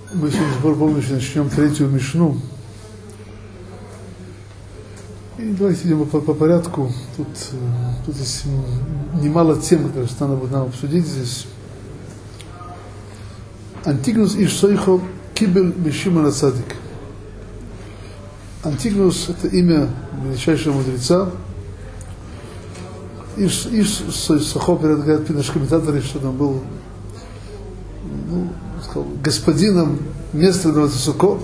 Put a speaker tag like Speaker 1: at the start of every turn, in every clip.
Speaker 1: Мы сегодня с Божьей помощью начнем третью Мишну. И давайте идем по порядку. Тут есть немало тем, которые надо нам обсудить здесь. Антигнус иш Сойхо кибель Мишимона Цадик. Антигнус — это имя величайшего мудреца. Иш Сойхо, говорят наши комментаторы, что он был господином места Высоко,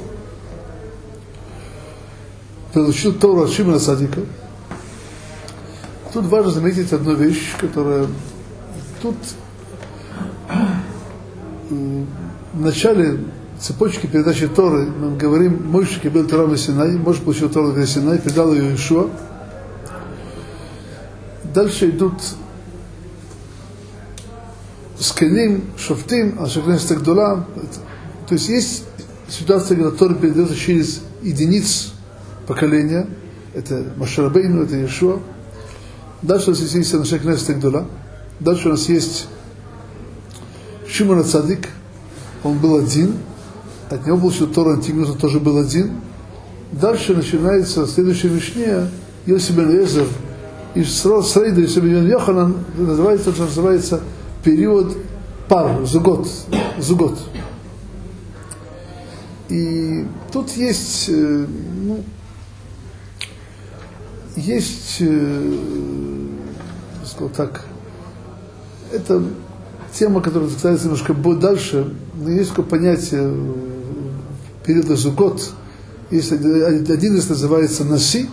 Speaker 1: получил Тору от Шимона Цадика. Тут важно заметить одну вещь, которая тут в начале цепочки передачи Торы мы говорим: Мойше кибель Тору на-Синай, Мойше получил Тору на-Синай, передал ее Иешуа. Дальше идут Скеним, Шофтим, Ашакнес Тагдола. То есть ситуация, когда Тора передается через единиц поколения. Это Моше Рабейну, это Иешуа. Дальше у нас есть Ашакнес Тагдола. Дальше у нас есть Шимон Цадик. Он был один. От него получил Тору Антигнус, он тоже был один. Дальше начинается следующая Мишне. Йоси бен Элиэзер и Срейда Йоси бен Йоханан. Называется период пар, зугот. И тут есть, сказал так, это тема, которая касается немножко дальше, но есть такое понятие периода зугот. Есть один из называется наси.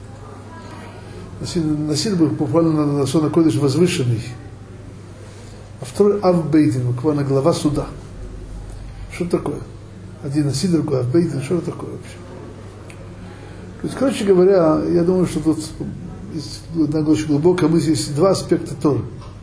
Speaker 1: Наси буквально на лашон ха-кодеш возвышенный. А второй Авбейдин, буквально глава суда. Что такое? Один Наси, другой Авбейдин, что это такое вообще? То есть, короче говоря, я думаю, что тут есть одна очень глубокая мысль, есть два аспекта Торы.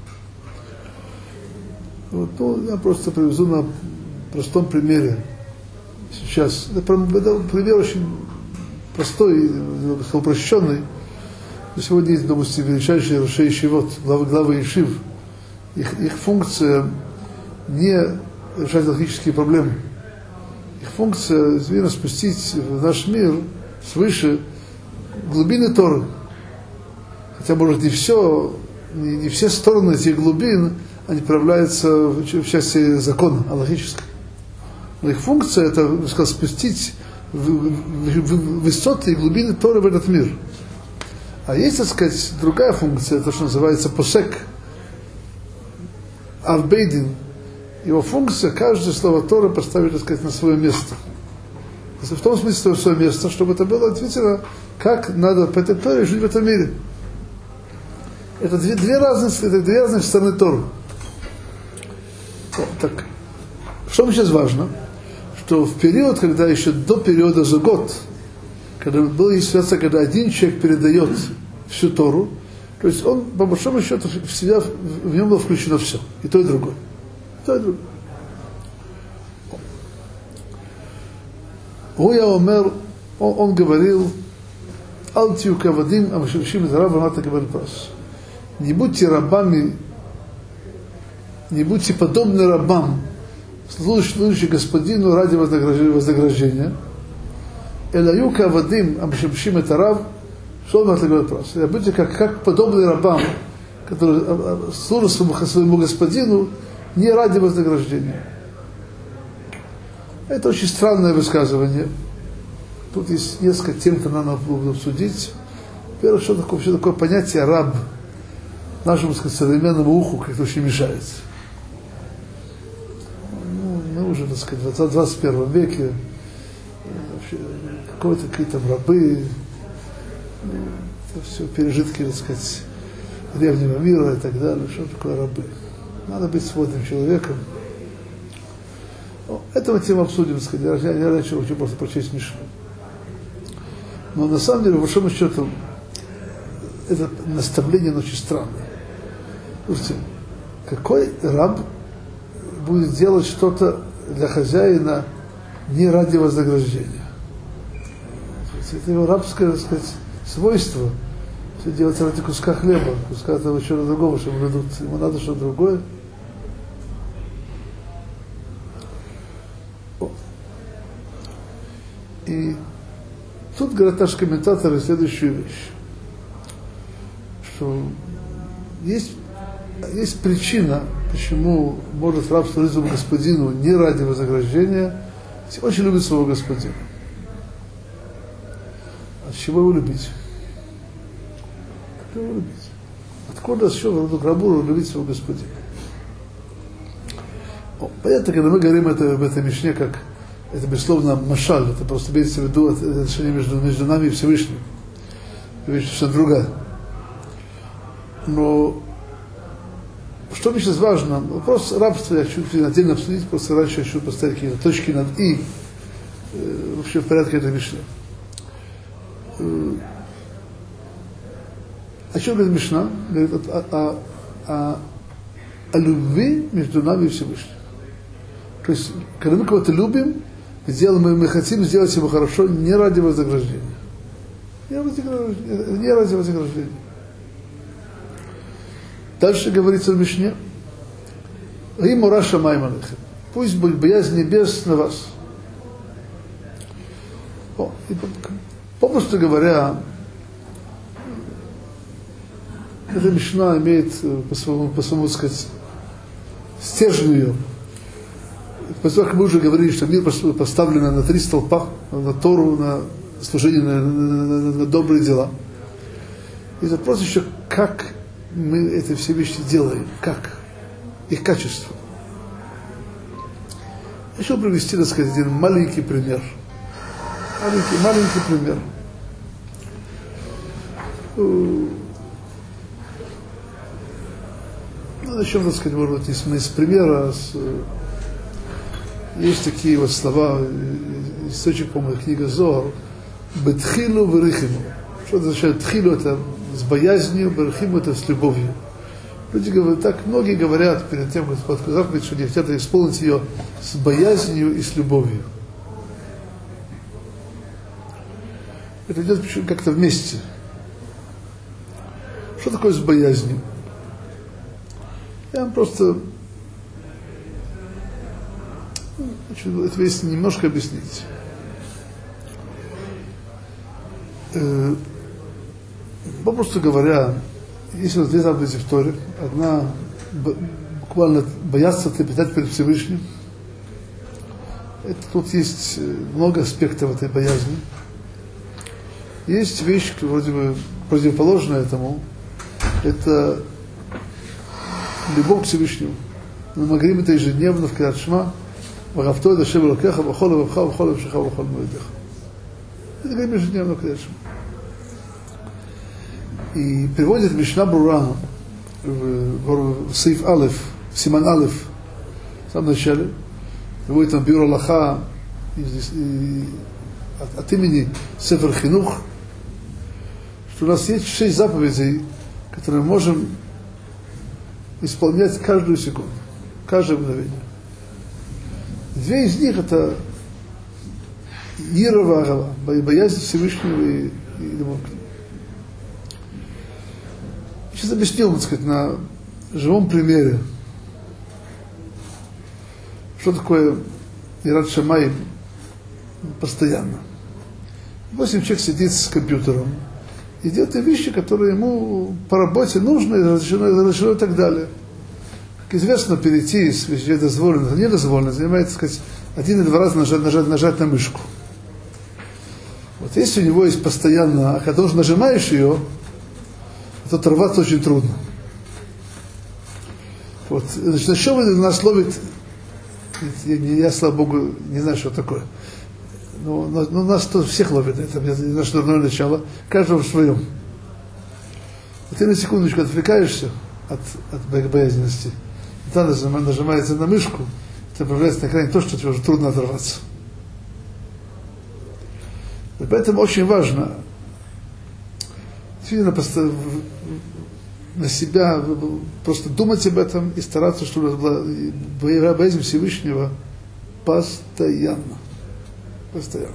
Speaker 1: Я просто привезу на простом примере сейчас. Это пример очень простой, упрощенный. Сегодня есть, допустим, величайшие рашей ешивот, главы ешив. Их функция не решать логические проблемы. Их функция, известно, спустить в наш мир свыше глубины Торы. Хотя, может, не все стороны этих глубин, они проявляются в части закона, логической. Но их функция — это, я бы сказал, спустить высоты и глубины Торы в этот мир. А есть, так сказать, другая функция, то, что называется посек, Авбейдин. Его функция — каждое слово Торы поставить, так сказать, на свое место. В том смысле, свое место, чтобы это было действительно, как надо по этой Торе жить в этом мире. Это две разных стороны Торы. Так, что мне сейчас важно, что в период, когда еще до периода Зугот, когда была ситуация, когда один человек передает всю Тору, то есть он, по большому счету, в нем было включено все. И то, и другое. Гуя Омер, он говорил: Алтию кавадим, амашевшим из раба ната кабель прас. Не будьте рабами, не будьте подобны рабам, служащим господину ради вознаграждения. Элаю кавадим, амашевшим это раб, будьте как подобные рабам, которые служат своему господину не ради вознаграждения. Это очень странное высказывание. Тут есть несколько тем, которые надо обсудить. Первое, что такое понятие раб нашему, сказать, современному уху как-то очень мешает. Мы уже, так сказать, в 21 веке, какие-то рабы, это все пережитки, так сказать, древнего мира и так далее. Что такое рабы? Надо быть свободным человеком. Эту тему обсудим, так сказать. Я раньше хочу просто прочесть Мишну. Но на самом деле, по большому счету, это наставление очень странное. Слушайте, какой раб будет делать что-то для хозяина не ради вознаграждения? Это его рабское, так сказать, свойство. Все делать ради куска хлеба, куска того чего-то другого, чтобы дадут. Ему надо что-то другое. тут говорят наши комментаторы следующую вещь, что есть причина, почему может раб служить своему господину не ради вознаграждения, если очень любит своего господина. От чего его любить? От чего его любить? Откуда еще рабу любить своего господина? Понятно, когда мы говорим об этой мишне, как это, безусловно, машаль, это просто имеется в виду отношения между нами и Всевышним. Вещь совершенно другая. Но что мне сейчас важно, вопрос рабства я чуть отдельно обсудить, просто раньше я хочу поставить какие-то точки над «и», вообще в порядке этой мишны. О чем говорит Мишна? Говорит о любви между нами и Всевышним. То есть, когда мы кого-то любим, мы хотим сделать ему хорошо не ради вознаграждения. Не ради вознаграждения. Дальше говорится в Мишне: «Римура шамаим алейхем». Пусть будет боязнь небес на вас. Попросту говоря, эта Мишна имеет по своему сказать, стержню ее. После того, как мы уже говорили, что мир поставлен на 3 столпа, на Тору, на служение, на добрые дела. И вопрос еще, как мы эти все вещи делаем, как, их качество. Я хочу привести, так сказать, один маленький пример. Маленький пример. Начнем, так сказать, может быть, из примера. Есть такие вот слова, источник, по-моему, книга Зоар, «Бетхилу вырихиму». Что это означает? «Тхилу» — это с боязнью, «Вырихиму» — это с любовью. Люди говорят, так многие говорят перед тем, как заповедь, что они хотят исполнить ее с боязнью и с любовью. Это идет как-то вместе. Что такое с боязнью? Я вам просто хочу эту вещь немножко объяснить. Попросту говоря, есть вот 2 заповеди в Торе. Одна буквально бояться трепетать перед Всевышним. Тут есть много аспектов этой боязни. Есть вещь, вроде бы противоположная этому. Это любовь к Всевышнему. Мы говорим это ежедневно в Крiyat Шма. «Варавто эт Ашем элокеха б'chol лevavcha v'chol nafshecha v'chol moedecha». Это говорим ежедневно в Крiyat Шма. И приводит Мишна Брура в Сейф Алеф, в Симан Алеф, в самом начале, приводит там Биур Алаха от имени Сефер Хинух, что у нас есть 6 заповедей, которые мы можем исполнять каждую секунду, каждое мгновение. 2 из них это Ира в'Агава, боязнь Всевышнего и любовь к нему. Сейчас объяснил, так сказать, на живом примере, что такое Ират Шамаим постоянно. Допустим, человек сидит с компьютером и делает вещи, которые ему по работе нужны, разрешено и так далее. Как известно, перейти с вещей дозволено, недозволено, занимает, так сказать, 1 или 2 раза нажать на мышку. Вот если у него есть постоянно, а когда уже нажимаешь ее, то оторваться очень трудно. Вот. Значит, на чем нас ловит, я, слава Богу, не знаю, что такое. Но нас тоже всех ловит, это наше дурное начало, каждого в своем. Вот ты на секундочку отвлекаешься от боязненности, и там нажимается на мышку, это появляется на экране то, что тебе уже трудно оторваться. И поэтому очень важно на себя просто думать об этом и стараться, чтобы у нас была боязнь Всевышнего постоянно. Постоянно.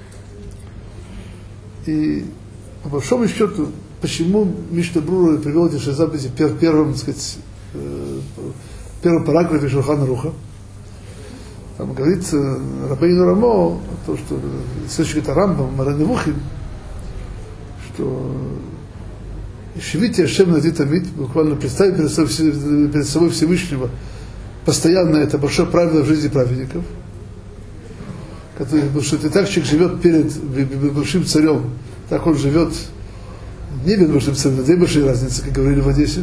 Speaker 1: И по большому счету, почему Мишна Брура привел эти 6 заповедей в первом, так сказать, первом параграфе Шулхан Аруха. Там говорится Рабейну Рамо, то, что источник это Рамбам, Морeh Nevuchim, что Шивити Ашем Нади Тамид, буквально представить перед собой Всевышнего, постоянно это большое правило в жизни праведников, потому что ты так человек живет перед большим царем, так он живет не перед большим царем, две большие разницы, как говорили в Одессе.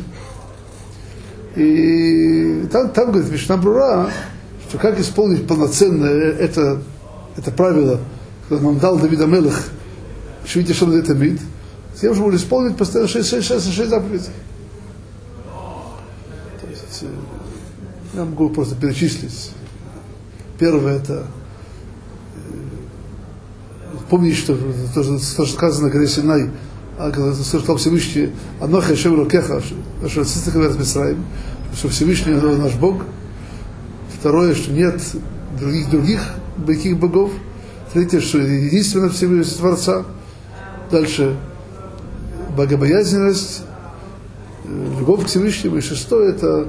Speaker 1: И там говорит Мишна Брура, что как исполнить полноценно это правило, которое нам дал Давид ха-Мелех, Шивити Ашем Нади Тамид, тем же можно исполнить постоянно 6 заповедей. То есть, я могу просто перечислить. Первое это помнить, что то, что сказано на горе Синай, когда сказал Всевышний, «Анох Ашем Элокеха, что Всевышний наш Бог». Второе, что нет других богов. Третье, что единственно Всевышний Творца. Дальше богобоязненность, любовь к Всевышнему. И шестое, это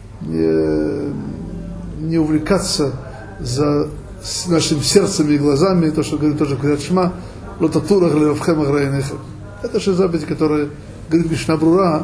Speaker 1: не увлекаться за нашим сердцем и глазами, то, что говорит тоже Крiyat Шма, лотатурах левавхем аграинехем. Это 6 заповедей, которые говорит Мишна Брура.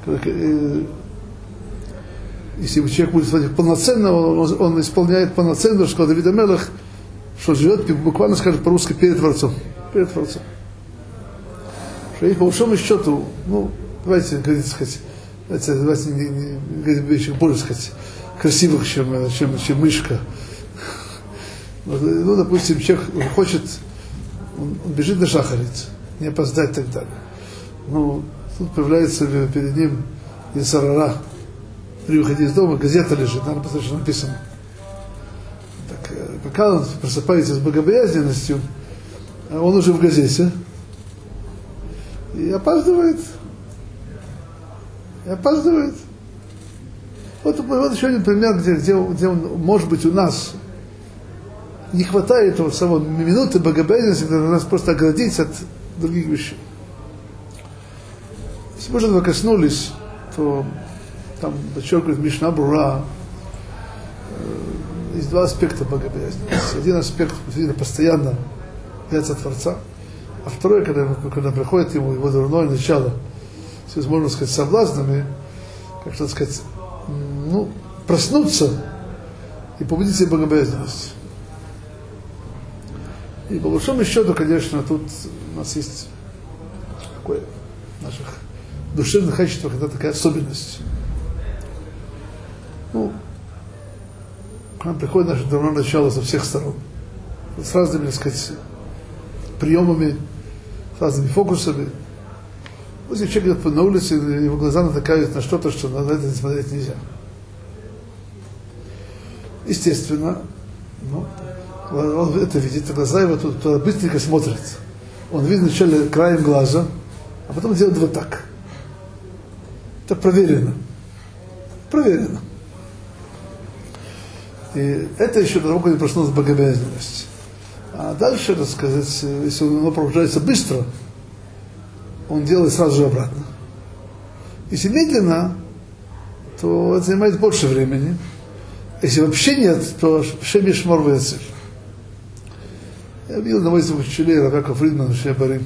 Speaker 1: Если человек будет смотреть полноценно, он исполняет полноценно, что Давид ха-Мелех, что живет, буквально скажет по-русски, перед Творцом. Перед Творцом. Что есть по большому счету, давайте говорить, сказать, давайте не говорить вещи более, сказать, красивых, чем мышка. Допустим, человек хочет, он бежит на шахарит, не опоздать и так далее. Тут появляется перед ним Исарара, при выходе из дома, газета лежит, наверное, посмотреть, что написано. Так, пока он просыпается с богобоязненностью, он уже в газете и опаздывает. Вот еще один пример, где может быть, у нас не хватает того самого минуты богобоязненности, которая нас просто оградить от других вещей. Если мы уже коснулись, то там подчеркивает Мишна Брура, есть 2 аспекта богобоязненности. Один аспект постоянно бояться Творца, а второй, когда приходит его дурное начало, с, можно сказать, соблазнами, как что сказать, проснуться и побудить себе богобоязненность. И по большому счету, конечно, тут у нас есть такое в наших душевных качествах, это такая особенность. К нам приходит наше дурное начало со всех сторон. С разными, так сказать, приемами, с разными фокусами. Если человек идет на улице, его глаза натыкают на что-то, что на это смотреть нельзя. Естественно, он это видит, глаза его туда быстренько смотрят. Он видит вначале краем глаза, а потом делает вот так. Это проверено. И это еще до того, как не проснулась богобоязненность. А дальше, так сказать, если оно пробуждается быстро, он делает сразу же обратно. Если медленно, то это занимает больше времени. Если вообще нет, то Шем Ишмор ве'Яциль. Я видел одного из своих учителей, Равяка Фридмана, Шебарим.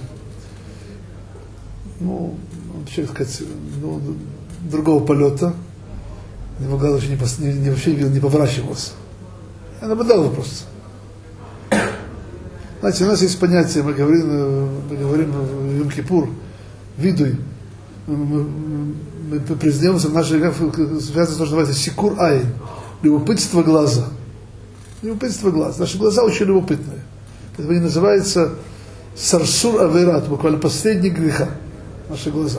Speaker 1: Он человек, так сказать, другого полета. Его глаз вообще не поворачивался. Я наблюдал его просто. Знаете, у нас есть понятие, мы говорим в Йом-Кипур, видуй. Мы признаемся в нашей связано то, что называется сикур айн, любопытство глаза. Любопытство глаза. Наши глаза очень любопытные. Это называется сарсур аверат, буквально последний греха. Наши глаза.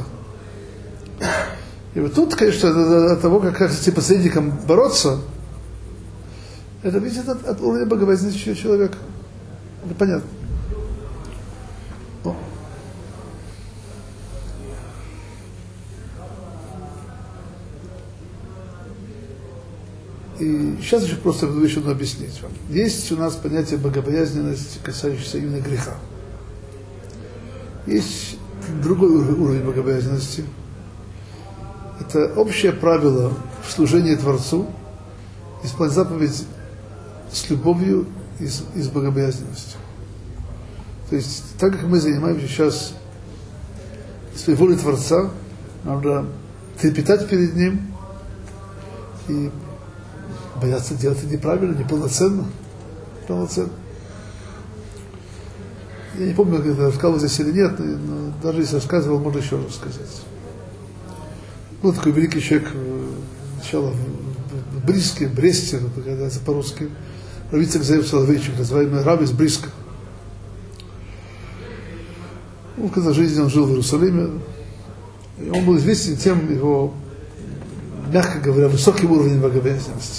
Speaker 1: И вот тут, конечно, от того, как с этим посредником бороться, это зависит от уровня богобоязненности человека. Это понятно. И сейчас еще просто буду еще объяснить вам. Есть у нас понятие богобоязненности, касающееся именно греха. Есть другой уровень богобоязненности. Это общее правило в служении Творцу исполнять заповедь с любовью и с богобоязненностью. То есть, так как мы занимаемся сейчас своей волей Творца, надо трепетать перед Ним и бояться делать это неправильно, неполноценно. Я не помню, как это рассказывал здесь или нет, но даже если рассказывал, можно еще раз рассказать. Был такой великий человек, сначала в Бриске, в Бресте, это по-русски, Рав Ицхак Зеев Соловейчик, называемый Рав из Бриска. В конце жизни он жил в Иерусалиме, и он был известен тем его, мягко говоря, высоким уровнем богобоязненности.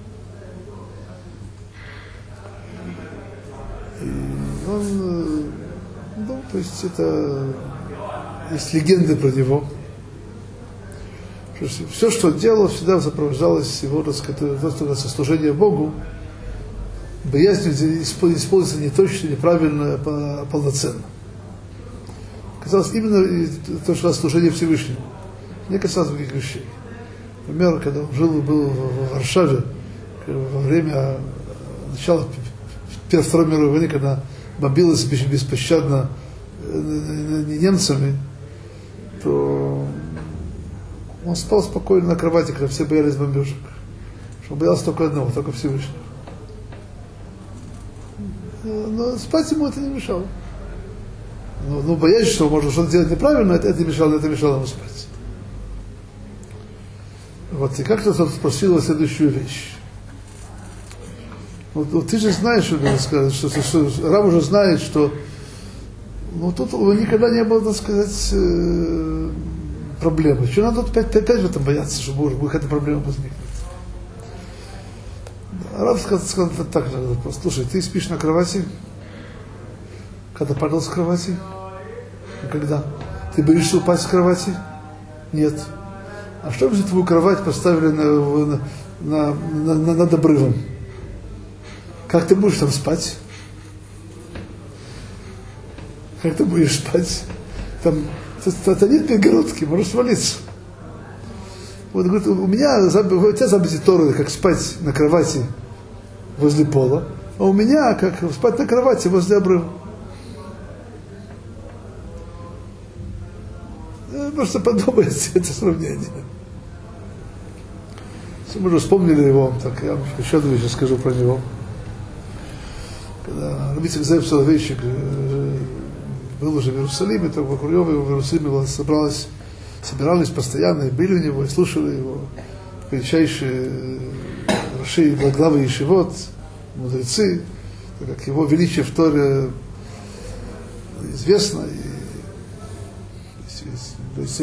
Speaker 1: И он, ну, то есть это, есть легенды про него. Все, что он делал, всегда сопровождалось его, так сказать, служение Богу. Боязнь используется не точно, неправильно, а полноценно. Казалось, именно то, что служение Всевышнему. Не касалось других вещей. Например, когда он был в Варшаве, во время начала Второй мировой войны, когда бомбилось беспощадно немцами, то он спал спокойно на кровати, когда все боялись бомбежек. Что он боялся только одного, только Всевышнего. Но спать ему это не мешало. Но боясь, что можно что-то делать неправильно, это мешало ему спать. Вот, и как-то он спросил его следующую вещь. Вот ты же знаешь, что Рав уже знает, что тут у него никогда не было, так сказать, проблемы. Что надо тут опять в этом бояться, что будет какая-то проблема возникнуть. Рав сказал так, слушай, ты спишь на кровати, когда падал с кровати? Когда? Ты боишься упасть с кровати? Нет. А что если твою кровать поставили над обрывом? Как ты будешь там спать? Как ты будешь спать? Там нет перегородки, можешь свалиться. Вот, говорит, у тебя заповедь Торы, как спать на кровати возле пола, а у меня как спать на кровати возле обрыва. Просто подумайте это сравнение. Если мы уже вспомнили его, так я вам еще одну вещь скажу про него. Когда Рав Ицхак Зеев Соловейчик был уже в Иерусалиме, то вокруг него в Иерусалиме собирались постоянно, и были у него, и слушали его величайшие раши, главы ешивот, мудрецы, так как его величие в Торе известно. То есть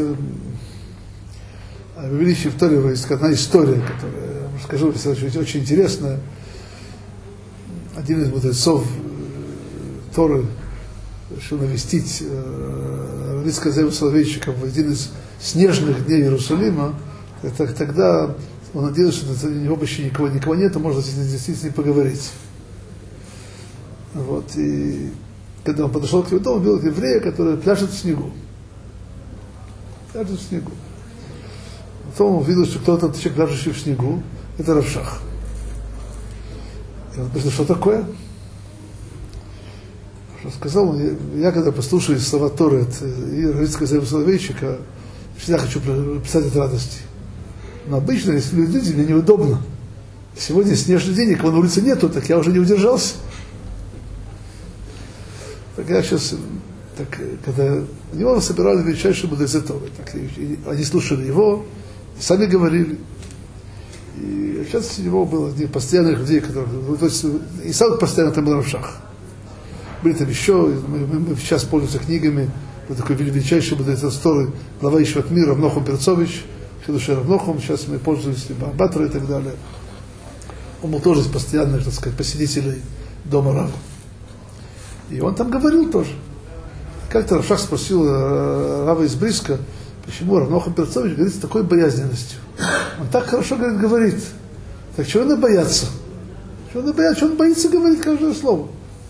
Speaker 1: о величии в Торе есть одна история, которую я вам расскажу, очень интересная. Один из мудрецов Торы решил навестить Рав Ицхака Зеева Соловейчика в один из снежных дней Иерусалима. Тогда он надеялся, что у него почти никого нет, а можно действительно с ним поговорить. Вот. И когда он подошел к его дому, он видел еврея, который пляшет в снегу. Пляшет в снегу. Потом он увидел, что кто-то человек, пляшущий в снегу, это Рав Шах. И он спросил, что такое? Сказал он, я когда послушаю слова Торы от Рав Ицхака Зеева Соловейчика, всегда хочу писать от радости. Но обычно, если люди, мне неудобно. Сегодня снежный день, никого на улице нету, так я уже не удержался. Так я сейчас, когда у него собирали величайшие мудрецы Торы, они слушали его, и сами говорили. И сейчас у него было постоянных людей, которые, то есть, и самых постоянных там был Рав Шах. Были там еще, мы сейчас пользуемся книгами, вот такой величайший мудрец Торы, глава Ешивот Мира, Рав Нохум Перцович, Рав Нохум, сейчас мы пользуемся Батра и так далее. Он был тоже из постоянных, так сказать, посетителей дома Рава. И он там говорил тоже. Как-то Рав Шах спросил Рава из Бриска, почему Рав Нохум Перцович говорит с такой боязненностью. Он так хорошо говорит. Так чего надо бояться? Чего он боится говорить каждое слово?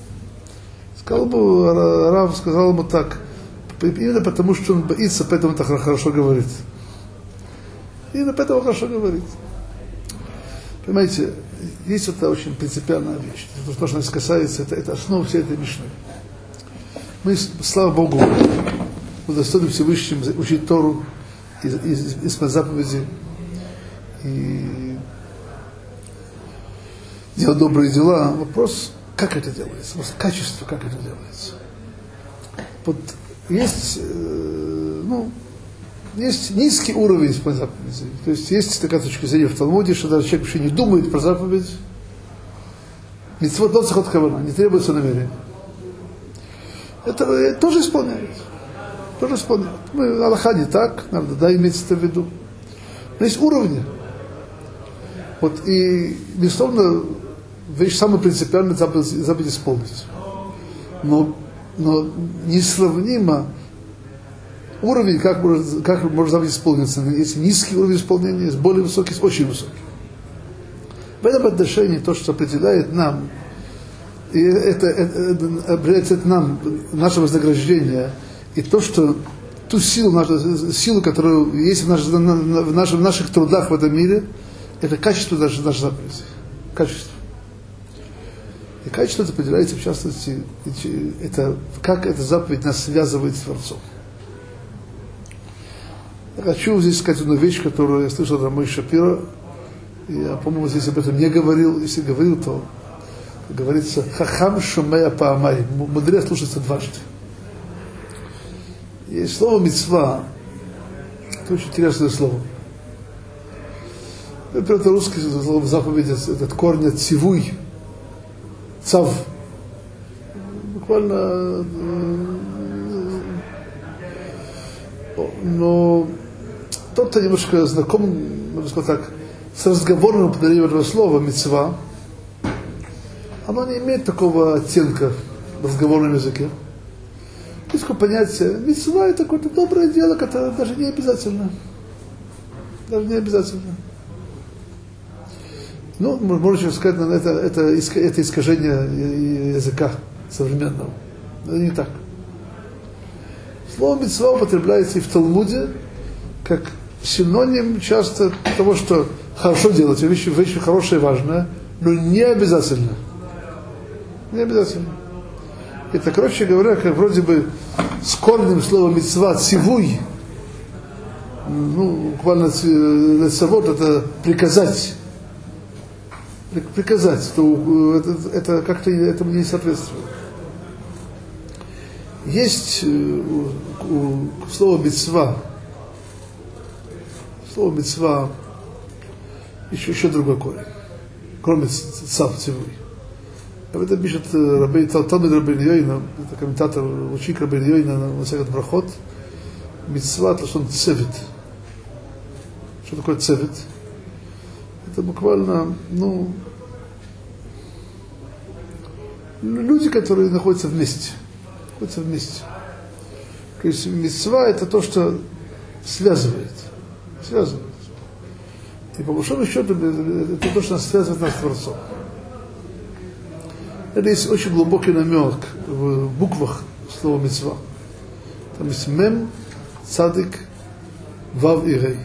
Speaker 1: Рав сказал ему так, именно потому, что он боится, поэтому так хорошо говорит. Именно поэтому хорошо говорит. Понимаете, есть это очень принципиальная вещь. То, что нас касается, это основа всей этой мишны. Мы, слава Богу, удостоен Всевышним учить Тору, исполнять заповеди и делать добрые дела. Вопрос, как это делается, вопрос качества, как это делается. Вот есть низкий уровень исполнения заповедей. То есть такая точка зрения в Талмуде, что даже человек вообще не думает про заповедь. Мицвот ло царихот кавана, не требуется намерение. Это тоже исполняют. Аллаха не так, надо иметь это в виду. Но есть уровни. Вот и, безусловно, вещь самая принципиальная заповедь исполнить. Но несравнимо уровень, как может заповедь исполниться. Есть низкий уровень исполнения, есть более высокий, есть очень высокий. В этом отношении то, что определяет нам, и это определяет нам наше вознаграждение, и то, что ту силу, которая есть в наших трудах в этом мире, это качество нашей заповеди. Качество. И качество это определяется, в частности, как эта заповедь нас связывает с Творцом. Я хочу здесь сказать одну вещь, которую я слышал от Рамой Шапира. Я, по-моему, здесь об этом не говорил. Если говорил, то говорится «Хахам шумея паамай». Мудрец слушается дважды. Есть слово «мицва». Это очень интересное слово. Это русское слово заповеди, этот корень от «цивуй». «Цав». Буквально... Но тот, кто немножко знаком, можно сказать так, с разговорным употреблением этого слова «мицва», оно не имеет такого оттенка в разговорном языке. Есть такое понятие «мицва» — это какое-то доброе дело, которое даже не обязательно. Ну, можно сказать, это искажение языка современного. Но это не так. Слово «мицва» употребляется и в Талмуде как синоним часто того, что хорошо делать, вещи хорошие и важные, но не обязательно. Не обязательно. Это, короче говоря, как вроде бы с корнем слова «мицва» «цивуй», буквально «цавот» это приказать. То это как-то этому не соответствует. Есть у слова «мицва», еще другой корень, кроме «цав», «цивуй». Об этом пишет Талмид Рабейну Йойна, это комментатор, ученик Рабейну Йойна на Масехет Брахот. Мицва — это что цевет. Что такое цевет? Это буквально, люди, которые находятся вместе. То есть мицва — это то, что связывает. И по большому счету это то, что связывает нас с Творцом. Это есть очень глубокий намек в буквах слова мицва. Там есть мем, цадик, вав и рей.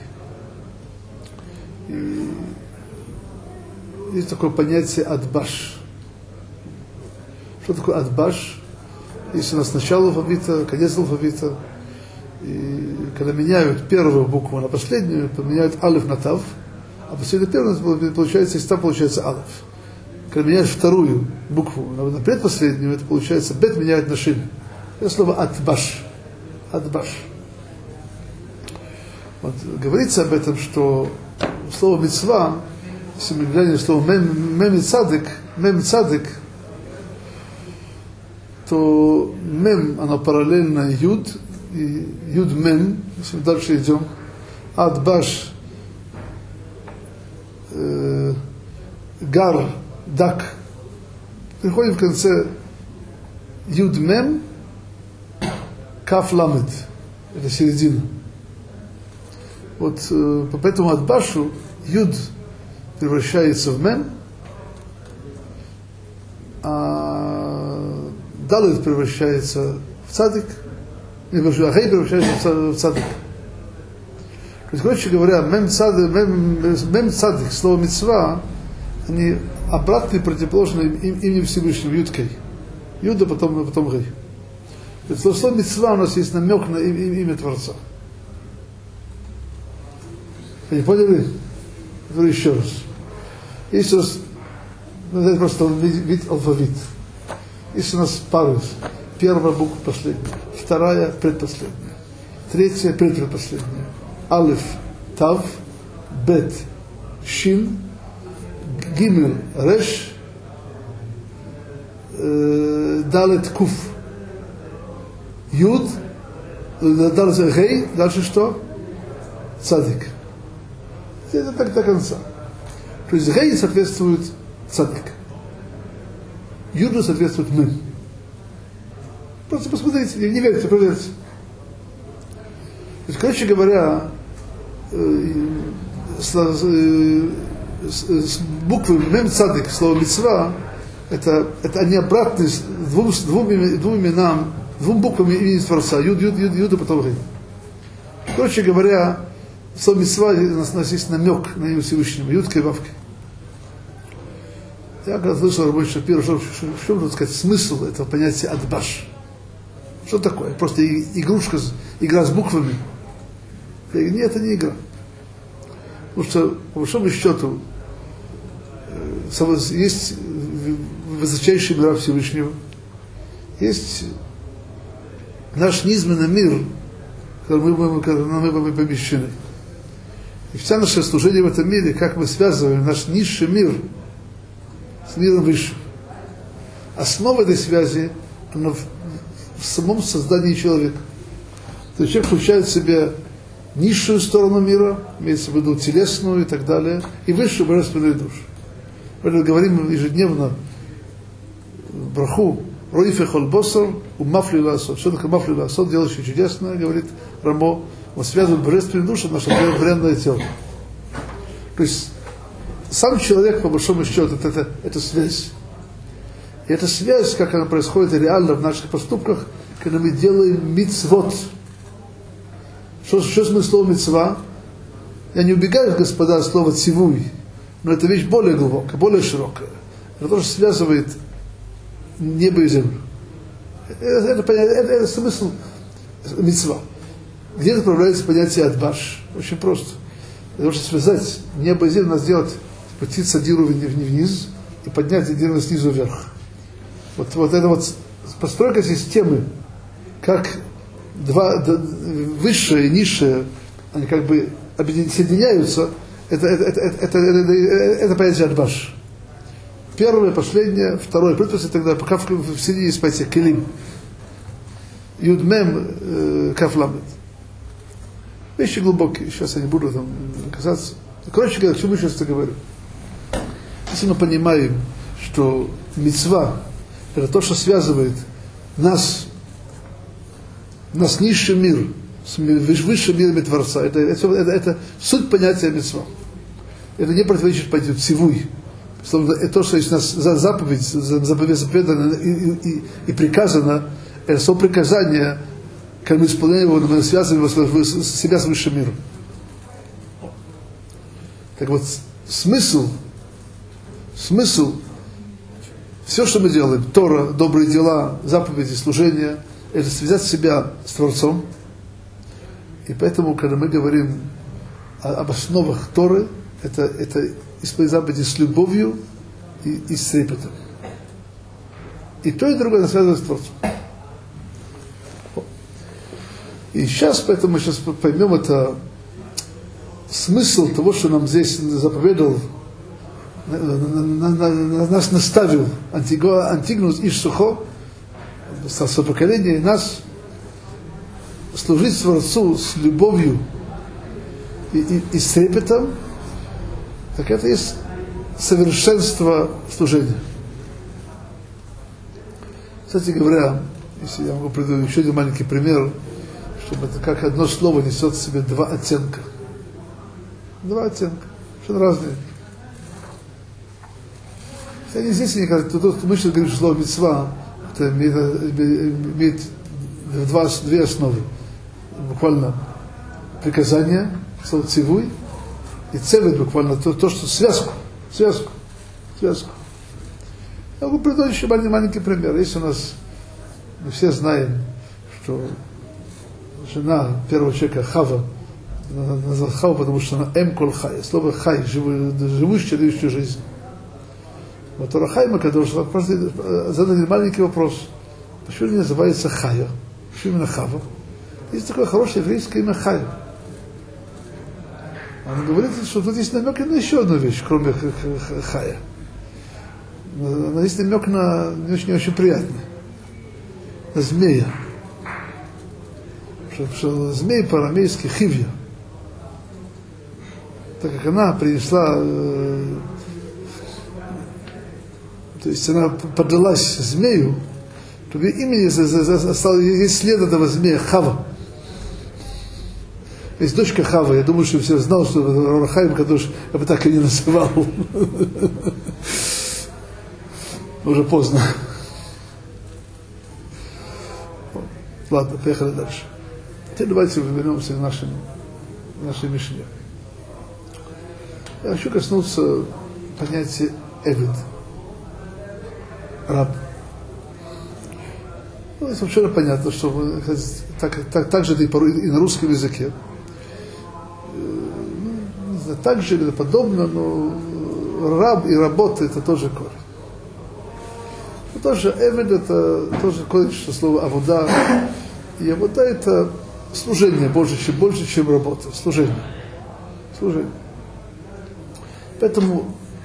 Speaker 1: И есть такое понятие адбаш. Что такое адбаш? Есть у нас начало алфавита, конец алфавита. И когда меняют первую букву на последнюю, поменяют алиф на тав, а после первой получается, если там получается алиф. Когда меняешь вторую букву на предпоследнюю, это получается бет меняют на шин. Это слово адбаш. Вот, говорится об этом, что слово мицва, если мы глянем слово мем цадик, то мем, оно параллельно юд, и юд мем, если мы дальше идем, адбаш, гар, дак. Приходим в конце юд мем, каф ламед. Это середина. Вот поэтому адбашу юд превращается в мем, а далит превращается в цадик, а гей превращается в цадик. То есть, короче говоря, мем цадик, слово мицва, они обратные, противоположные имени Всевышнего, юд кей. Юда, потом гей. В слове мицва у нас есть намек на имя Творца. Вы не поняли? Говорю еще раз. Есть у нас, это просто вид алфавит. Есть у нас парус. Первая буква последняя, вторая предпоследняя, третья предпоследняя. Алиф, тав, бет, шин, гимел, реш, далет, куф. Юд, дальше гей, дальше что? Цадик. Это так до конца. То есть гей соответствует цадик. Юду соответствует мем. Просто посмотрите, не верьте, проверьте. То есть, короче говоря, с буквы мем цадик, слово мицва, это они обратны двум именам, двум буквами имени Творца. Юд, и потом гей. Короче говоря, в слове мицва у нас есть намек на имя Всевышнего. Юдка и вавка. Я когда слышал Рабой Шапира, что можно сказать, смысл этого понятия адбаш. Что такое? Просто игрушка, игра с буквами. Я говорю, нет, это не игра. Потому что, по большому счету, есть высочайший мир Всевышнего, есть наш низменный мир, в который мы были помещены. И вся наше служение в этом мире, как мы связываем наш низший мир с миром высшим. Основа этой связи, она в самом создании человека. То есть человек включает в себя низшую сторону мира, имеется в виду телесную и так далее, и высшую божественную душу. Мы говорим ежедневно в браху «Роифе хол босор у мафли ласот». Что такое мафли ласот? Делающий чудесное, говорит Рамо. Он связывает божественную душу в наше бренное тело. То есть сам человек, по большому счету, это связь. И эта связь, как она происходит реально в наших поступках, когда мы делаем мицвот. Что смысл слова мицва? Я не убегаю, господа, от слова цивуй, но это вещь более глубокая, более широкая. Это тоже связывает небо и землю. Это смысл мицва. Где направляется понятие адбаш? Очень просто. Для того, чтобы связать небо и землю, надо сделать, спуститься один уровень вниз и поднять один снизу вверх. Вот это вот постройка системы, как высшее и низшее, они как бы соединяются, это понятие адбаш. Первое, последнее, второе, предпоследнее, тогда пока в середине есть понятие келим. Юдмем кафламет. Вещи глубокие, сейчас я не буду там касаться. Короче говоря, к чему я сейчас это говорю? Если мы понимаем, что мицва — это то, что связывает нас низший мир с высшим миром Творца, это суть понятия мицва. Это не противоречит понятию цивуй. Это то, что есть у нас заповедано и приказано, это соприказание, как мы исполняем его, мы связываем себя с высшим миром. Так вот, смысл, все, что мы делаем, Тора, добрые дела, заповеди, служения, это связать себя с Творцом. И поэтому, когда мы говорим об основах Торы, это исполнять заповеди с любовью и с трепетом. И то, и другое связано с Творцом. И сейчас, поэтому мы сейчас поймем это смысл того, что нам здесь заповедал, нас наставил Антигнус Иш Сухо, со поколения нас служить Творцу с любовью и с трепетом, так это есть совершенство служения. Кстати говоря, если я могу привести еще один маленький пример, чтобы это как одно слово несет в себе два оттенка. Два оттенка, совершенно разные. Они здесь не говорят, тот, кто мы сейчас говорим, что слово мицва, это имеет две основы. Буквально приказание, слово цивуй, и цевет буквально то, что связку. Я могу привести еще маленький пример. Если у нас, мы все знаем, что жена первого человека Хава, назвала Хава, потому что она Коль Хай, слово Хай, живущая, дающая жизнь. Вот Тора Хайма, когда задали маленький вопрос, почему не называется Хая, почему именно Хава? Есть такое хорошее еврейское имя Хая. Она говорит, что тут есть намек на еще одну вещь, кроме Хая. Есть намек на не очень приятный, на змея. Что змей по-арамейски хивья. Так как она принесла, то есть она поддалась змею, то в имени есть след этого змея Хава. Есть дочка Хава, я думаю, что все знал, что Рахаим Кадош, я бы так и не называл. Уже поздно. Ладно, поехали дальше. Теперь давайте вернемся к нашей Мишне. Я хочу коснуться понятия Эвид, раб. Ну, совершенно понятно, что так же это и на русском языке. Не знаю, так же или подобно, но раб и работа это тоже корень. Тоже Эвид это тоже корень, что слово авода. И авода это служение больше, чем работа. Служение. Поэтому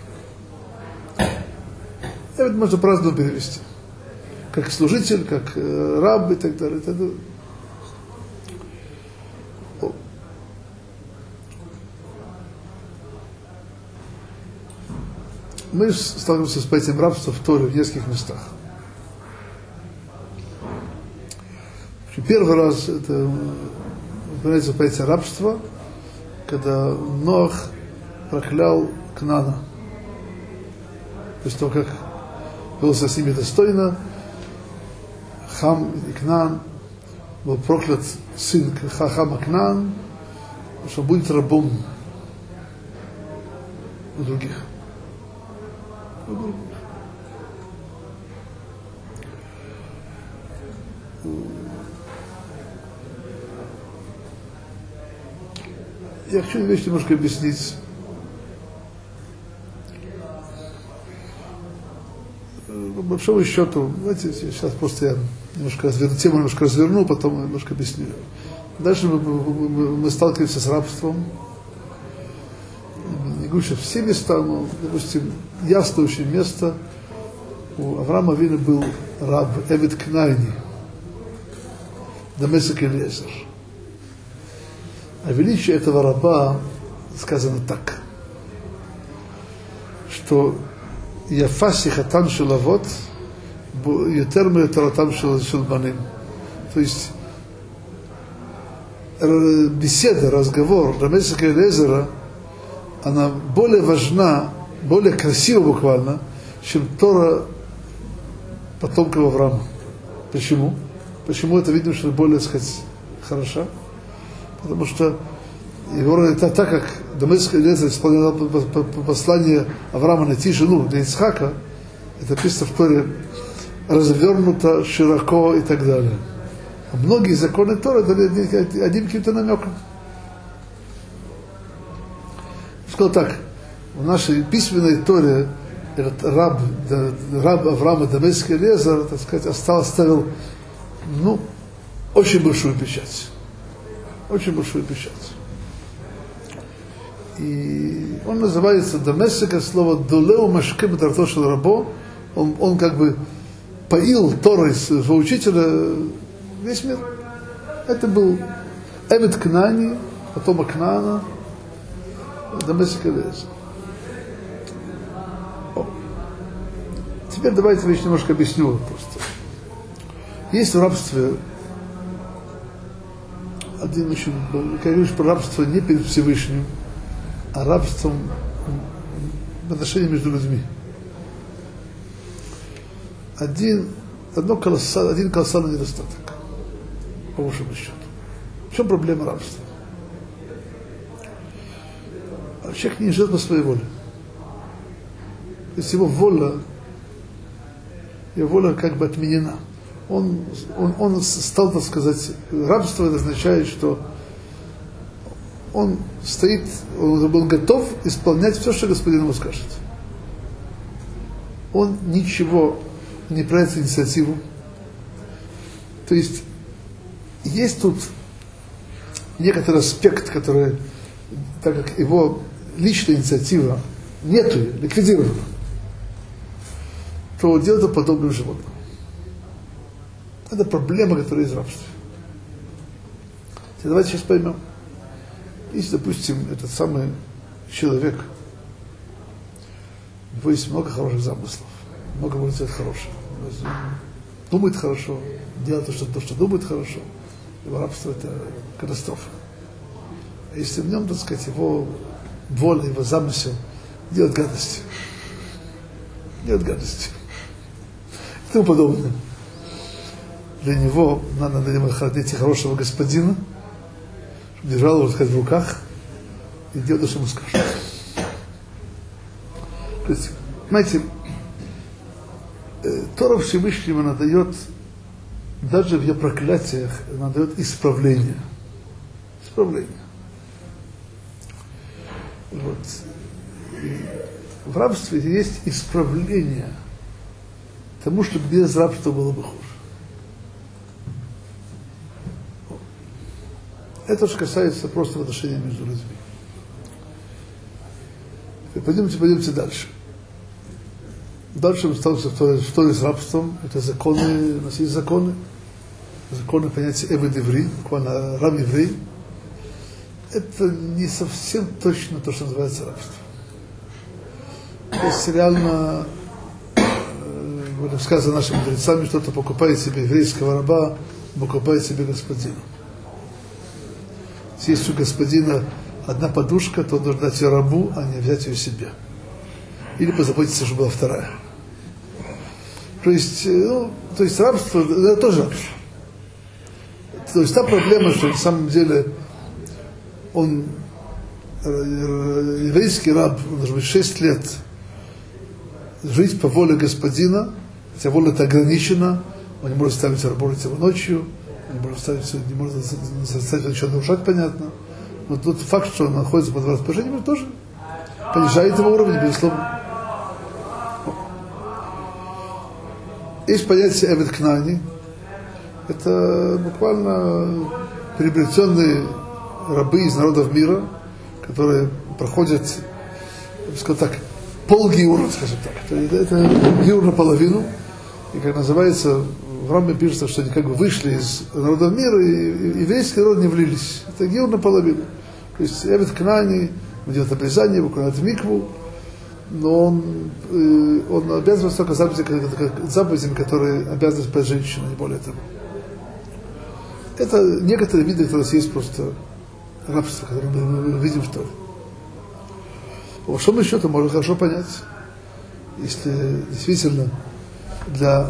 Speaker 1: Эвид можно по-разному перевести. Как служитель, как раб и так далее. Мы сталкиваемся с понятием рабства в Торе в нескольких местах. Первый раз это упоминается понятие рабства, когда Ноах проклял Кнаана. После того, как велся с ними достойно, Хам и Кнаан, был проклят сын Хама Кнаан, что будет рабом у других. Я хочу вещь немножко объяснить. По большому счету, знаете, сейчас просто я тему немножко разверну, потом немножко объясню. Дальше мы сталкиваемся с рабством. Не говорю, что все места, но, допустим, ясно очень место. У Авраама Авину был раб Эвид Кнайни, Дамесек Элиезер. О величии этого раба сказано так, что Яфаси хатан шелавот ютерме таратам шелбаним. То есть беседа, разговор Дамесека Элиезера, она более важна, более красива буквально, чем Тора потомков Авраама. Почему? Почему это видно, что более, так сказать, хороша? Потому что его, так как Дамесек Элиезер исполнял послание Авраама найти жену для Ицхака, это написано в Торе развернуто, широко и так далее. А многие законы Торы дали одним каким-то намеком. Сказал так, в нашей письменной Торе этот раб Авраама Дамесек Элиезер, так сказать, оставил, очень большую печать. Очень большую печать. И он называется Дамесек, слово «долеу машкем тартошел рабо». Он как бы поил Торой своего учителя весь мир. Это был Эвид Кнани, потомок Кнаана, Дамесек Элиезер. Теперь давайте я немножко объясню просто. Есть в рабстве один очень, как говоришь, про рабство не перед Всевышним, а рабством в отношении между людьми. Один колоссальный недостаток, по большому счету. В чем проблема рабства? Человек не живет по своей воле. То есть его воля как бы отменена. он стал, так сказать, рабство это означает, что он стоит, он был готов исполнять все, что господин ему скажет. Он ничего не проявляет инициативу. То есть тут некоторый аспект, который, так как его личная инициатива нету, ликвидирована, то делает это подобным животным. Это проблема, которая есть в рабстве. Давайте сейчас поймем. Если, допустим, этот самый человек, у него есть много хороших замыслов, много может сделать хорошего, думает хорошо, делает то, что думает хорошо, его рабство это катастрофа. А если в нем, так сказать, его воля, его замысел делать гадости и тому подобное, для него надо найти хорошего господина, чтобы держал его, так сказать, в руках и делал то, что ему скажут. То есть, знаете, Тора Всевышнего она дает, даже в ее проклятиях, она дает исправление. Вот. И в рабстве есть исправление тому, что без рабства было бы хуже. Это же касается просто отношений между людьми. Пойдемте дальше. Дальше мы сталкиваемся что с рабством. Это законы, у нас есть законы понятия эвед-еврей, буквально раб-еврей. Это не совсем точно то, что называется рабство. То есть реально, сказано нашими мудрецами, что-то покупает себе еврейского раба, покупает себе господина. Если у господина одна подушка, то он должен дать ее рабу, а не взять ее себе. Или позаботиться, чтобы была вторая. То есть рабство, это тоже рабство. То есть та проблема, что на самом деле еврейский раб, он должен быть 6 лет жить по воле господина, хотя воля это ограничена, он не может ставить работать его ночью, не может заставить еще нарушать, понятно. Но тот факт, что он находится под распоряжением, тоже понижает его уровень, безусловно. Есть понятие эвед кнани. Это буквально приобретенные рабы из народов мира, которые проходят, скажем так, полгиура, скажем так. Это гиур наполовину. И как называется, в Раме пишется, что они как бы вышли из народов мира, и еврейский народ не влились. Это гиур наполовину. То есть эвед кнани, он делает обрезание, выполняет микву, но он обязан только заповедями, которые обязаны исполнять женщина, не более того. Это некоторые виды, которые есть просто рабство, которые мы видим в Торе. По большому счету можно хорошо понять, если действительно для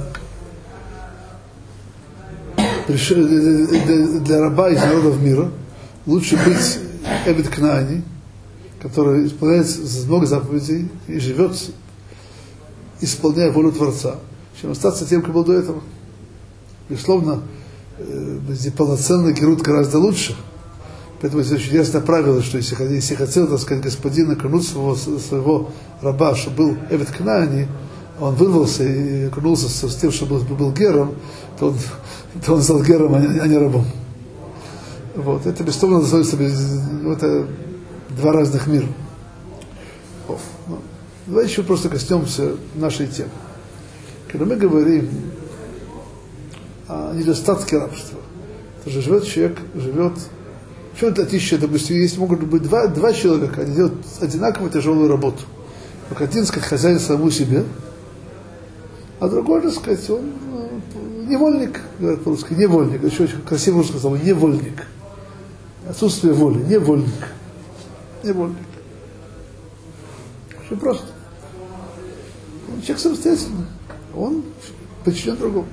Speaker 1: раба из народов мира лучше быть эвед кнаани, который исполняет много заповедей и живет, исполняя волю Творца, чем остаться тем, кто был до этого. Безусловно, полноценный герут гораздо лучше. Поэтому это очень ясное правило, что если хотел, так сказать, господин окунуть своего раба, что был эвед кнаани, он вырвался и окунулся с тем, что был гером, то он стал гером, а не рабом. Вот. Это безусловно это два разных мира. Давайте еще просто коснемся нашей темы. Когда мы говорим о недостатке рабства, то же человек живет. В чем это отличие, допустим, есть могут быть два человека, они делают одинаково тяжелую работу. Только один, сказать, хозяин самому себе, а другой, так сказать, он невольник, говорят по-русски, невольник. Еще очень красиво русское слово, невольник. Отсутствие воли, невольник. Очень просто. Человек самостоятельный, он подчинен другому.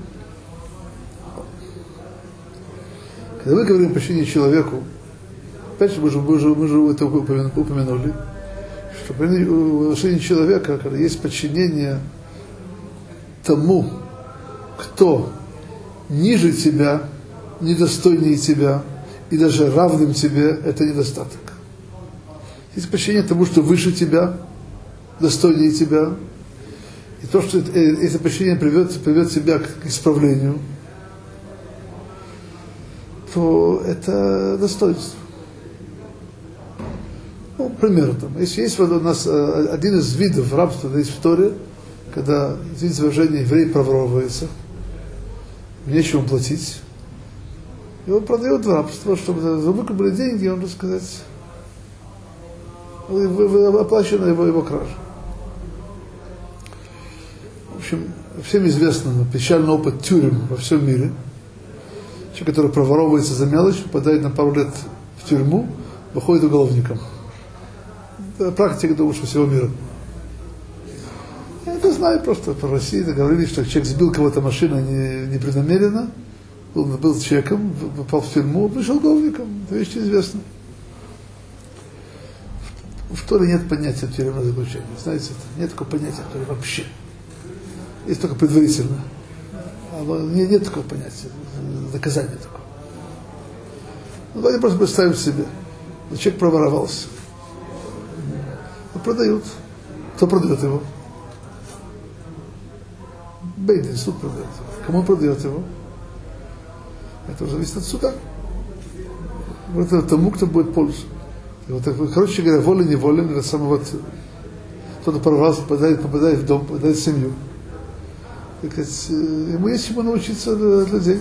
Speaker 1: Когда мы говорим о подчинении человеку, опять же, мы же это упомянули, что в отношении человека, когда есть подчинение тому, кто ниже тебя, недостойнее тебя и даже равным тебе – это недостаток. Есть почтение тому, что выше тебя, достойнее тебя, и то, что это почтение приведет тебя к исправлению, то это достоинство. Ну, пример там. Есть у нас один из видов рабства, есть в Торе, когда, извините за выражение, еврей проворовывается, нечего платить, и он продает в рабство, чтобы за выкуп были деньги, он, так сказать, оплачена его кража. В общем, всем известно печальный опыт тюрем во всем мире. Человек, который проворовывается за мелочь, попадает на пару лет в тюрьму, выходит уголовником. Это практика, думаю, что всего мира. Я это знаю просто по России. Говорили, что человек сбил кого-то машину непреднамеренно, был человеком, попал в тюрьму, пришел уголовником. Это вещь известна. В Торе нет понятия тюремного заключения. Знаете, нет такого понятия в Торе вообще. Есть только предварительно. Нет такого понятия, доказания такого. Ну, давайте просто представим себе. Человек проворовался. Продают. Кто продает его? Бейдин, суд продает. Кому продает его? Это уже зависит от суда. Это тому, кто будет пользоваться. Вот, короче говоря, волей-неволей, это самое вот, кто-то прорвался, попадает в дом, попадает в семью. Ему есть чему научиться от людей.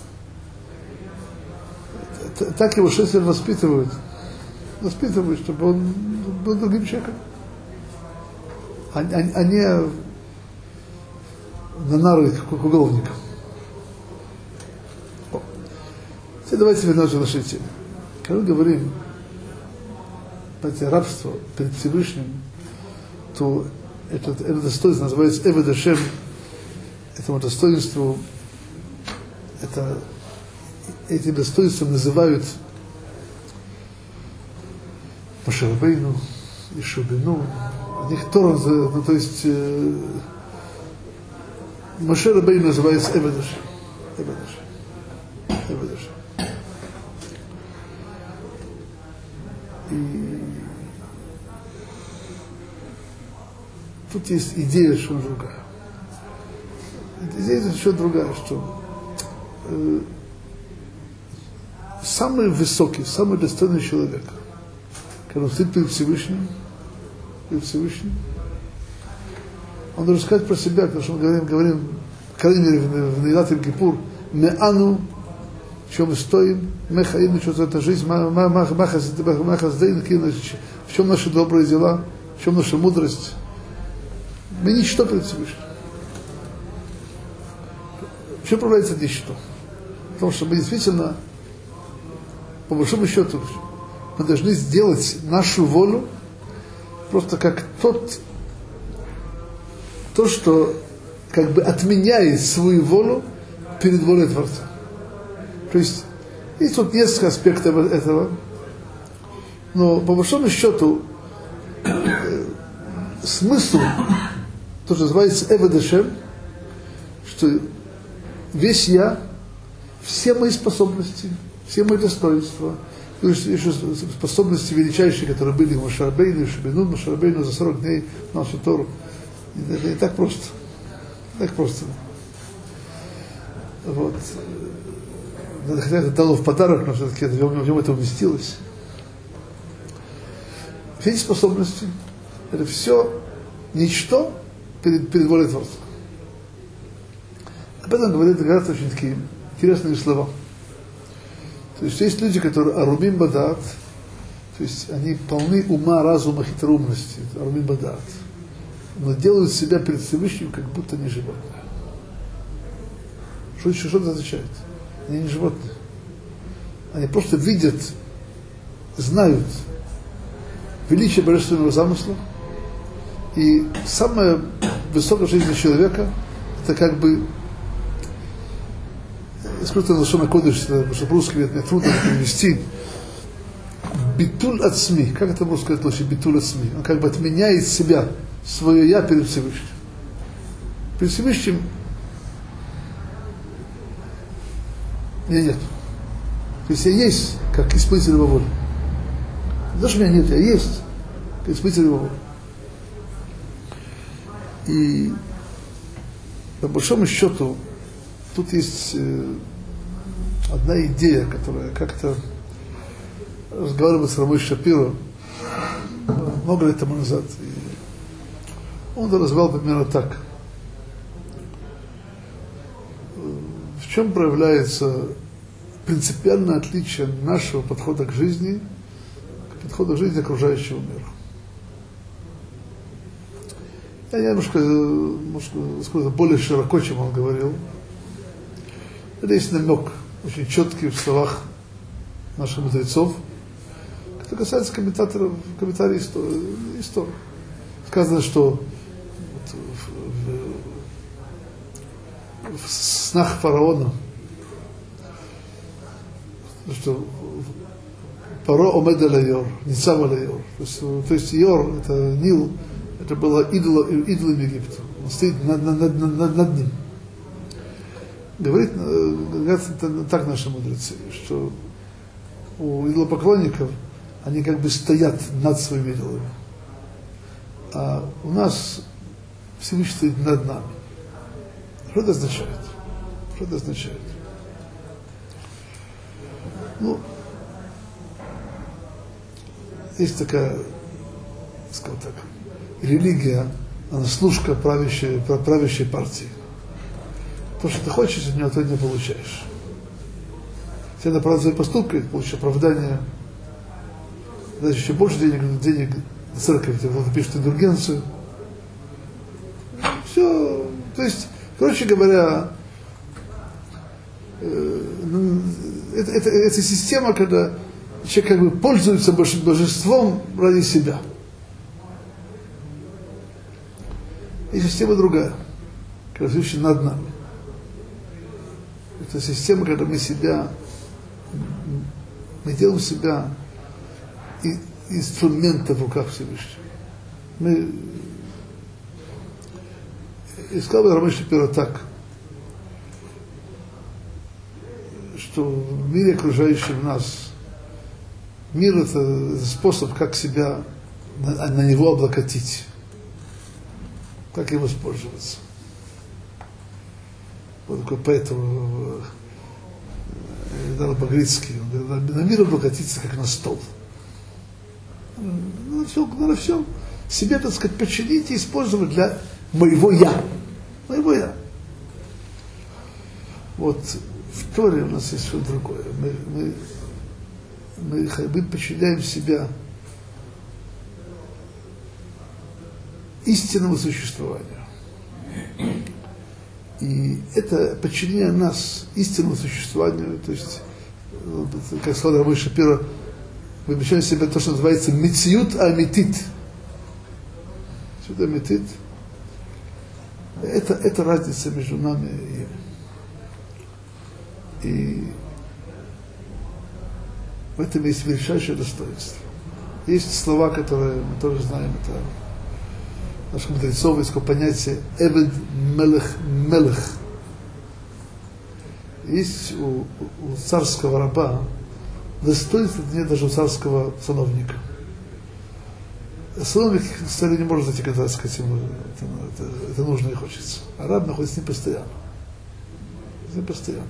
Speaker 1: Так его 6 лет воспитывают, чтобы он был другим человеком. А не на нары, как уголовников. Теперь давайте вернемся к нашей теме. Когда мы говорим рабство перед Всевышним, то это достоинство называется Эвед Ашем. Этому достоинству, этим достоинством называют Моше Рабейну, Йешу бену. У них Тора, ну, то есть Моше Рабейну называется Эвед Ашем. Эвед Ашем. И тут есть идея совершенно другая. Идея еще другая, что самый высокий, самый достойный человек, когда он стоит перед Всевышним, он должен сказать про себя, потому что мы говорим по крайней мере, в Неилат Йом-Кипур, «Меану», чем мы стоим, «Ме хаим», что это жизнь, в чем наши добрые дела, в чем наша мудрость. Мы ничто перед Всевышним. В чем проявляется ничто? Потому что мы действительно, по большому счету, мы должны сделать нашу волю просто как то, что как бы отменяет свою волю перед волей Творца. То есть тут несколько аспектов этого, но по большому счету смысл, то, что называется Эвед Ашем, что весь я, все мои способности, все мои достоинства, то есть еще способности величайшие, которые были в Моше Рабейну, Йешу бену, Моше Рабейну за 40 дней нашу Тору. Это не так просто. Так просто. Вот. Хотя это дало в подарок, но все-таки в нем это уместилось. Все эти способности, это все ничто перед волей Творца. Об этом говорят очень такие интересные слова. То есть есть люди, которые арумим бадаат, то есть они полны ума, разума, хитроумности, арумим бадаат, но делают себя перед Всевышним, как будто не животные. Что это означает? Они не животные. Они просто видят, знают величие божественного замысла, и самая высокая жизнь человека это как бы, скажу это на Лашон ха-Кодеш, потому что по-русски мне трудно перевести, битуль ацми, как это можно сказать лучше, битуль ацми, он как бы отменяет себя, свое я перед Всевышним. Перед Всевышним Меня нет. То есть я есть, как исполнитель его воли. Не то, что меня нет, я есть, как исполнитель его воли. И по большому счету тут есть одна идея, которая как-то разговаривал с Рабой Шапиро много лет тому назад. И он развивал примерно так. В чем проявляется принципиальное отличие нашего подхода к жизни, к подходу к жизни окружающего мира? Я немножко скажу, более широко, чем он говорил. Это есть намек, очень четкий в словах наших мудрецов, который касается комментариев истории. Сказано, что в снах фараона, что Паро омед аль Йор, ницав аль Йор. То есть Йор, это Нил, это было идолом Египта. Он стоит над ним. Говорят так наши мудрецы, что у идолопоклонников они как бы стоят над своими идолами. А у нас Всевышний стоит над нами. Что это означает? Что это означает? Ну, есть такая, скажем так, религия, она служка правящей партии. То, что ты хочешь от нее, ты не получаешь. Тебе надо правда свои поступки, получишь оправдание, дальше еще больше денег на церковь, тебе пишут индульгенцию. Все, то есть, короче говоря, это система, когда человек как бы пользуется божеством ради себя. И система другая, когда Всевышний над нами. Это система, когда мы делаем себя инструментом в руках Всевышнего. И сказал Рабой Шапиро так, что в мире, окружающем нас, мир — это способ, как себя на него облокотить, как им воспользоваться. Вот такой поэт Багрицкий, он говорит, на мир облокотиться, как на стол. Надо все себе, так сказать, подчинить и использовать для моего «я». Моего «я». Вот в Торе у нас есть что-то другое. Мы подчиняем себя истинному существованию. И это подчинение нас истинному существованию, то есть, как сказал Рабой Шапиро, мы обещаем себе то, что называется мециют амитит. Что это амитит? Это разница между нами и им. И в этом есть величайшее достоинство. Есть слова, которые мы тоже знаем, это наших мудрецов, есть такое понятие «эвед мелех мелех». Есть у царского раба достоинство, нет даже у царского сановника. Сановник, кстати, не может зайти, когда, так сказать, ему это нужно и хочется. А раб находится с ним постоянно. С ним постоянно.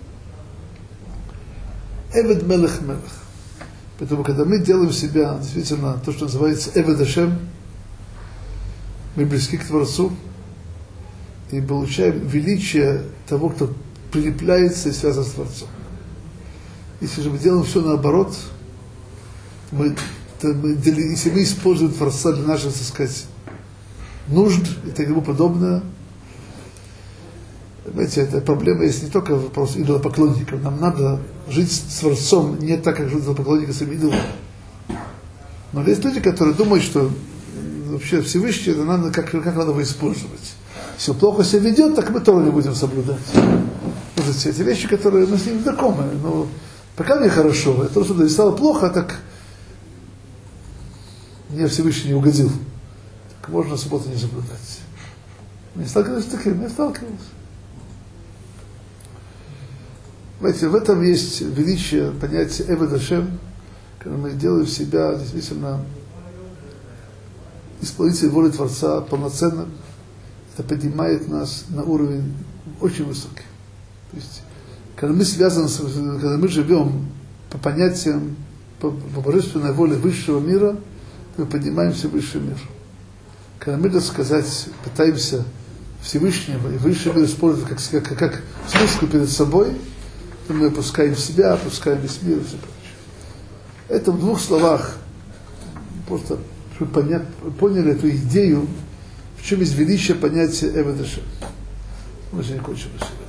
Speaker 1: Эвед мелех мелех. Поэтому, когда мы делаем себя, действительно, то, что называется Эвед Ашем, мы близки к Творцу и получаем величие того, кто прилепляется и связан с Творцом. Если же мы делаем все наоборот, если мы используем Творца для наших, так сказать, нужд и тому подобное, понимаете, эта проблема есть не только вопрос идолопоклонников. Нам надо жить с Творцом не так, как живут идолопоклонники с идолами. Но есть люди, которые думают, что вообще Всевышний, это надо, как надо его использовать. Если он плохо себя ведет, так мы тоже не будем соблюдать. Вот эти вещи, которые мы с ним знакомы. Но пока мне хорошо, это что-то стало плохо, так мне Всевышний не угодил. Так можно субботу не соблюдать. Не сталкивался с таким, я сталкивался. Понимаете, в этом есть величие понятия Эвед Ашем, когда мы делаем себя действительно исполнителем воли Творца полноценно. Это поднимает нас на уровень очень высокий. То есть, когда мы связаны, когда мы живем по понятиям, по божественной воле высшего мира, мы поднимаемся в высший мир. Когда мы, так сказать, пытаемся Всевышнего и высший мир использовать как служку перед собой, то мы опускаем себя, опускаем весь мир и все прочее. Это в двух словах, просто чтобы поняли эту идею, в чем есть величие понятия Эвед Ашем. Мы же не кончим.